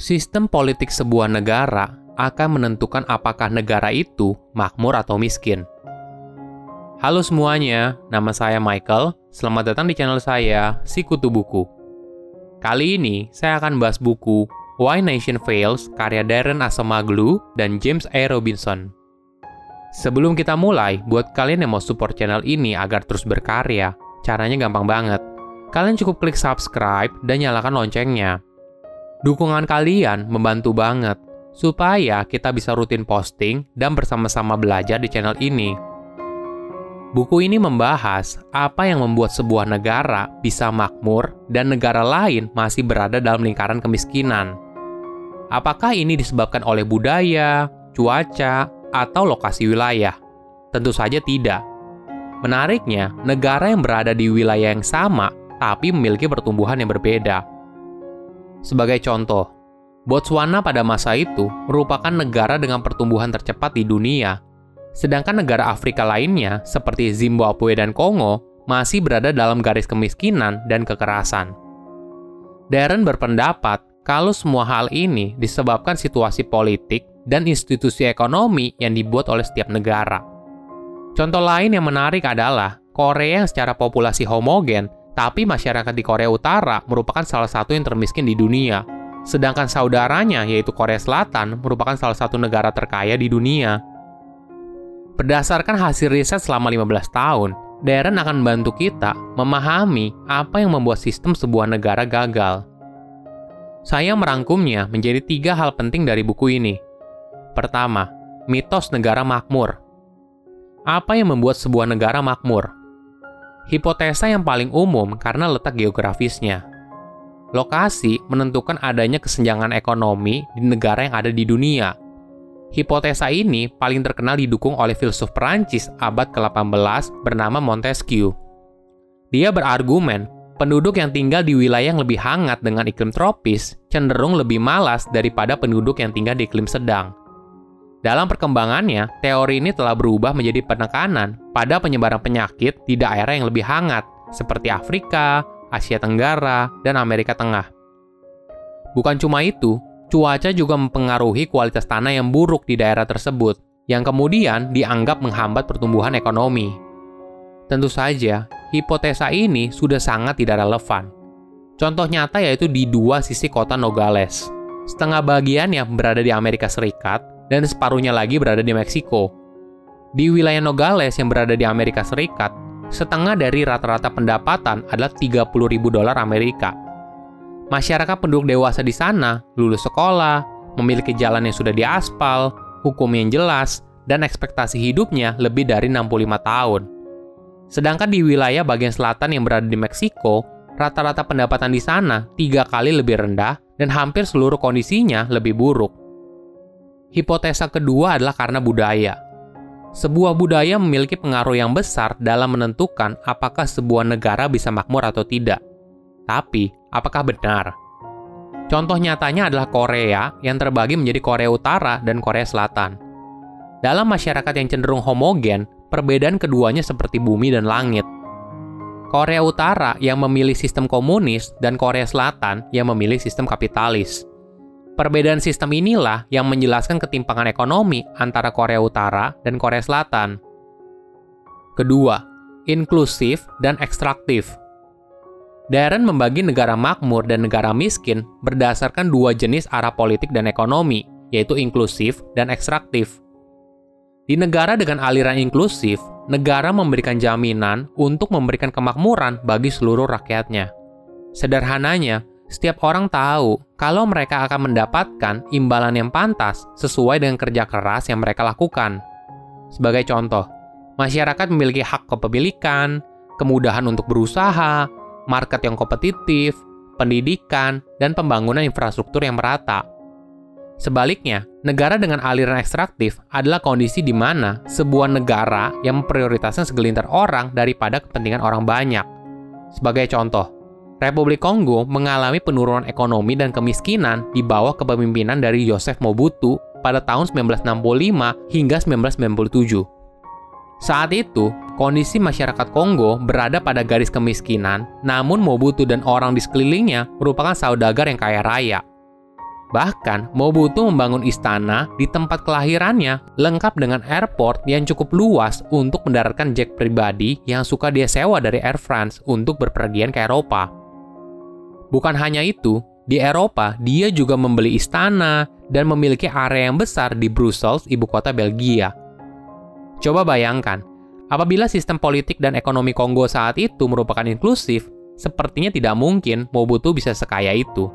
Sistem politik sebuah negara akan menentukan apakah negara itu makmur atau miskin. Halo semuanya, nama saya Michael. Selamat datang di channel saya, Sikutu Buku. Kali ini, saya akan bahas buku Why Nation Fails karya Darren Acemoglu dan James A. Robinson. Sebelum kita mulai, buat kalian yang mau support channel ini agar terus berkarya, caranya gampang banget. Kalian cukup klik subscribe dan nyalakan loncengnya. Dukungan kalian membantu banget, supaya kita bisa rutin posting dan bersama-sama belajar di channel ini. Buku ini membahas apa yang membuat sebuah negara bisa makmur dan negara lain masih berada dalam lingkaran kemiskinan. Apakah ini disebabkan oleh budaya, cuaca, atau lokasi wilayah? Tentu saja tidak. Menariknya, negara yang berada di wilayah yang sama tapi memiliki pertumbuhan yang berbeda. Sebagai contoh, Botswana pada masa itu merupakan negara dengan pertumbuhan tercepat di dunia, sedangkan negara Afrika lainnya seperti Zimbabwe dan Kongo masih berada dalam garis kemiskinan dan kekerasan. Darren berpendapat kalau semua hal ini disebabkan situasi politik dan institusi ekonomi yang dibuat oleh setiap negara. Contoh lain yang menarik adalah Korea yang secara populasi homogen, tapi masyarakat di Korea Utara merupakan salah satu yang termiskin di dunia. Sedangkan saudaranya, yaitu Korea Selatan, merupakan salah satu negara terkaya di dunia. Berdasarkan hasil riset selama 15 tahun, Darren akan membantu kita memahami apa yang membuat sistem sebuah negara gagal. Saya merangkumnya menjadi 3 hal penting dari buku ini. Pertama, mitos negara makmur. Apa yang membuat sebuah negara makmur? Hipotesa yang paling umum karena letak geografisnya. Lokasi menentukan adanya kesenjangan ekonomi di negara yang ada di dunia. Hipotesa ini paling terkenal didukung oleh filsuf Perancis abad ke-18 bernama Montesquieu. Dia berargumen, penduduk yang tinggal di wilayah yang lebih hangat dengan iklim tropis cenderung lebih malas daripada penduduk yang tinggal di iklim sedang. Dalam perkembangannya, teori ini telah berubah menjadi penekanan pada penyebaran penyakit di daerah yang lebih hangat, seperti Afrika, Asia Tenggara, dan Amerika Tengah. Bukan cuma itu, cuaca juga mempengaruhi kualitas tanah yang buruk di daerah tersebut, yang kemudian dianggap menghambat pertumbuhan ekonomi. Tentu saja, hipotesa ini sudah sangat tidak relevan. Contoh nyata yaitu di 2 sisi kota Nogales. Setengah bagiannya berada di Amerika Serikat, dan separuhnya lagi berada di Meksiko. Di wilayah Nogales yang berada di Amerika Serikat, setengah dari rata-rata pendapatan adalah $30.000 Amerika. Masyarakat penduduk dewasa di sana lulus sekolah, memiliki jalan yang sudah diaspal, hukum yang jelas, dan ekspektasi hidupnya lebih dari 65 tahun. Sedangkan di wilayah bagian selatan yang berada di Meksiko, rata-rata pendapatan di sana 3 kali lebih rendah dan hampir seluruh kondisinya lebih buruk. Hipotesa kedua adalah karena budaya. Sebuah budaya memiliki pengaruh yang besar dalam menentukan apakah sebuah negara bisa makmur atau tidak. Tapi, apakah benar? Contoh nyatanya adalah Korea yang terbagi menjadi Korea Utara dan Korea Selatan. Dalam masyarakat yang cenderung homogen, perbedaan keduanya seperti bumi dan langit. Korea Utara yang memilih sistem komunis dan Korea Selatan yang memilih sistem kapitalis. Perbedaan sistem inilah yang menjelaskan ketimpangan ekonomi antara Korea Utara dan Korea Selatan. Kedua, inklusif dan ekstraktif. Darren membagi negara makmur dan negara miskin berdasarkan 2 jenis arah politik dan ekonomi, yaitu inklusif dan ekstraktif. Di negara dengan aliran inklusif, negara memberikan jaminan untuk memberikan kemakmuran bagi seluruh rakyatnya. Sederhananya, setiap orang tahu kalau mereka akan mendapatkan imbalan yang pantas sesuai dengan kerja keras yang mereka lakukan. Sebagai contoh, masyarakat memiliki hak kepemilikan, kemudahan untuk berusaha, market yang kompetitif, pendidikan, dan pembangunan infrastruktur yang merata. Sebaliknya, negara dengan aliran ekstraktif adalah kondisi di mana sebuah negara yang memprioritaskan segelintir orang daripada kepentingan orang banyak. Sebagai contoh, Republik Kongo mengalami penurunan ekonomi dan kemiskinan di bawah kepemimpinan dari Joseph Mobutu pada tahun 1965 hingga 1997. Saat itu, kondisi masyarakat Kongo berada pada garis kemiskinan, namun Mobutu dan orang di sekelilingnya merupakan saudagar yang kaya raya. Bahkan, Mobutu membangun istana di tempat kelahirannya, lengkap dengan airport yang cukup luas untuk mendaratkan jet pribadi yang suka dia sewa dari Air France untuk berpergian ke Eropa. Bukan hanya itu, di Eropa dia juga membeli istana dan memiliki area yang besar di Brussels, ibu kota Belgia. Coba bayangkan, apabila sistem politik dan ekonomi Kongo saat itu merupakan inklusif, sepertinya tidak mungkin Mobutu bisa sekaya itu.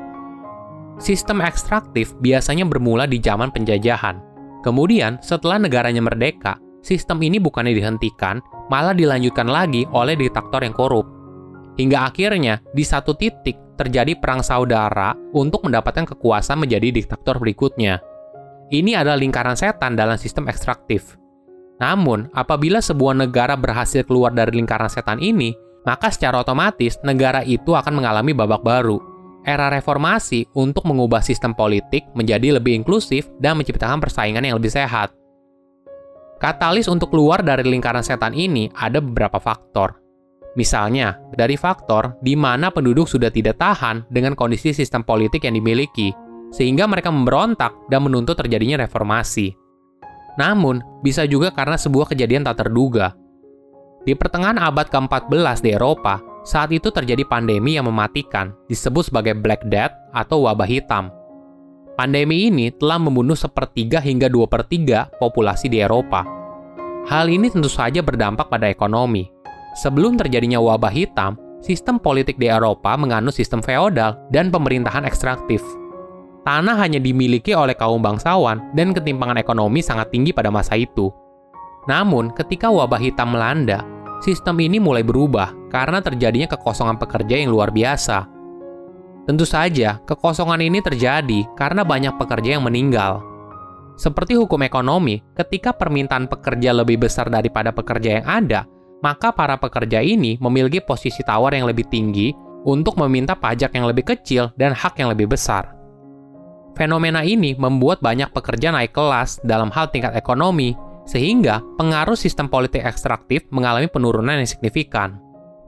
Sistem ekstraktif biasanya bermula di zaman penjajahan. Kemudian, setelah negaranya merdeka, sistem ini bukannya dihentikan, malah dilanjutkan lagi oleh diktator yang korup. Hingga akhirnya, di satu titik terjadi perang saudara untuk mendapatkan kekuasaan menjadi diktator berikutnya. Ini adalah lingkaran setan dalam sistem ekstraktif. Namun, apabila sebuah negara berhasil keluar dari lingkaran setan ini, maka secara otomatis negara itu akan mengalami babak baru. Era reformasi untuk mengubah sistem politik menjadi lebih inklusif dan menciptakan persaingan yang lebih sehat. Katalis untuk keluar dari lingkaran setan ini ada beberapa faktor. Misalnya, dari faktor di mana penduduk sudah tidak tahan dengan kondisi sistem politik yang dimiliki, sehingga mereka memberontak dan menuntut terjadinya reformasi. Namun, bisa juga karena sebuah kejadian tak terduga. Di pertengahan abad ke-14 di Eropa, saat itu terjadi pandemi yang mematikan, disebut sebagai Black Death atau wabah hitam. Pandemi ini telah membunuh 1/3 hingga 2/3 populasi di Eropa. Hal ini tentu saja berdampak pada ekonomi. Sebelum terjadinya wabah hitam, sistem politik di Eropa menganut sistem feodal dan pemerintahan ekstraktif. Tanah hanya dimiliki oleh kaum bangsawan dan ketimpangan ekonomi sangat tinggi pada masa itu. Namun, ketika wabah hitam melanda, sistem ini mulai berubah karena terjadinya kekosongan pekerja yang luar biasa. Tentu saja, kekosongan ini terjadi karena banyak pekerja yang meninggal. Seperti hukum ekonomi, ketika permintaan pekerja lebih besar daripada pekerja yang ada, maka para pekerja ini memiliki posisi tawar yang lebih tinggi untuk meminta pajak yang lebih kecil dan hak yang lebih besar. Fenomena ini membuat banyak pekerja naik kelas dalam hal tingkat ekonomi, sehingga pengaruh sistem politik ekstraktif mengalami penurunan yang signifikan.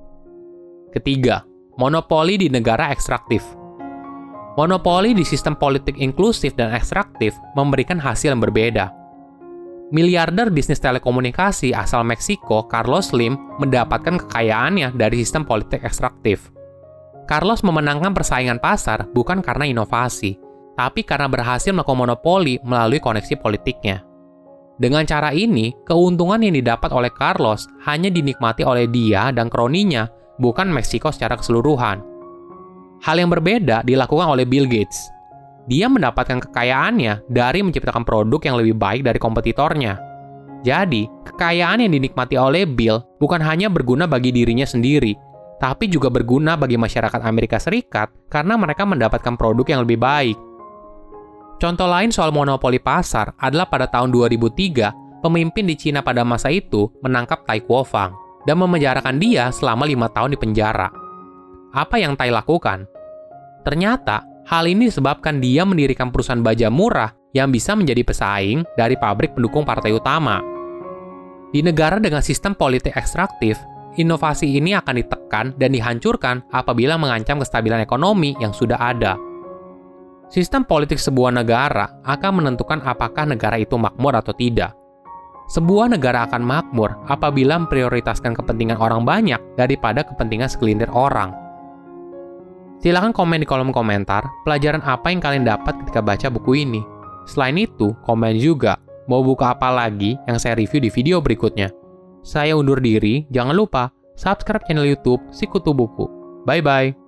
Ketiga, monopoli di negara ekstraktif. Monopoli di sistem politik inklusif dan ekstraktif memberikan hasil yang berbeda. Miliarder bisnis telekomunikasi asal Meksiko, Carlos Slim, mendapatkan kekayaannya dari sistem politik ekstraktif. Carlos memenangkan persaingan pasar bukan karena inovasi, tapi karena berhasil melakukan monopoli melalui koneksi politiknya. Dengan cara ini, keuntungan yang didapat oleh Carlos hanya dinikmati oleh dia dan kroninya, bukan Meksiko secara keseluruhan. Hal yang berbeda dilakukan oleh Bill Gates. Dia mendapatkan kekayaannya dari menciptakan produk yang lebih baik dari kompetitornya. Jadi, kekayaan yang dinikmati oleh Bill bukan hanya berguna bagi dirinya sendiri, tapi juga berguna bagi masyarakat Amerika Serikat karena mereka mendapatkan produk yang lebih baik. Contoh lain soal monopoli pasar adalah pada tahun 2003, pemimpin di Cina pada masa itu menangkap Tai Kuo-fang dan memenjarakan dia selama 5 tahun di penjara. Apa yang Tai lakukan? Ternyata, hal ini disebabkan dia mendirikan perusahaan baja murah yang bisa menjadi pesaing dari pabrik pendukung partai utama. Di negara dengan sistem politik ekstraktif, inovasi ini akan ditekan dan dihancurkan apabila mengancam kestabilan ekonomi yang sudah ada. Sistem politik sebuah negara akan menentukan apakah negara itu makmur atau tidak. Sebuah negara akan makmur apabila memprioritaskan kepentingan orang banyak daripada kepentingan segelintir orang. Silahkan komen di kolom komentar pelajaran apa yang kalian dapat ketika baca buku ini. Selain itu, komen juga mau buku apa lagi yang saya review di video berikutnya. Saya undur diri, jangan lupa subscribe channel YouTube Sikutu Buku. Bye-bye!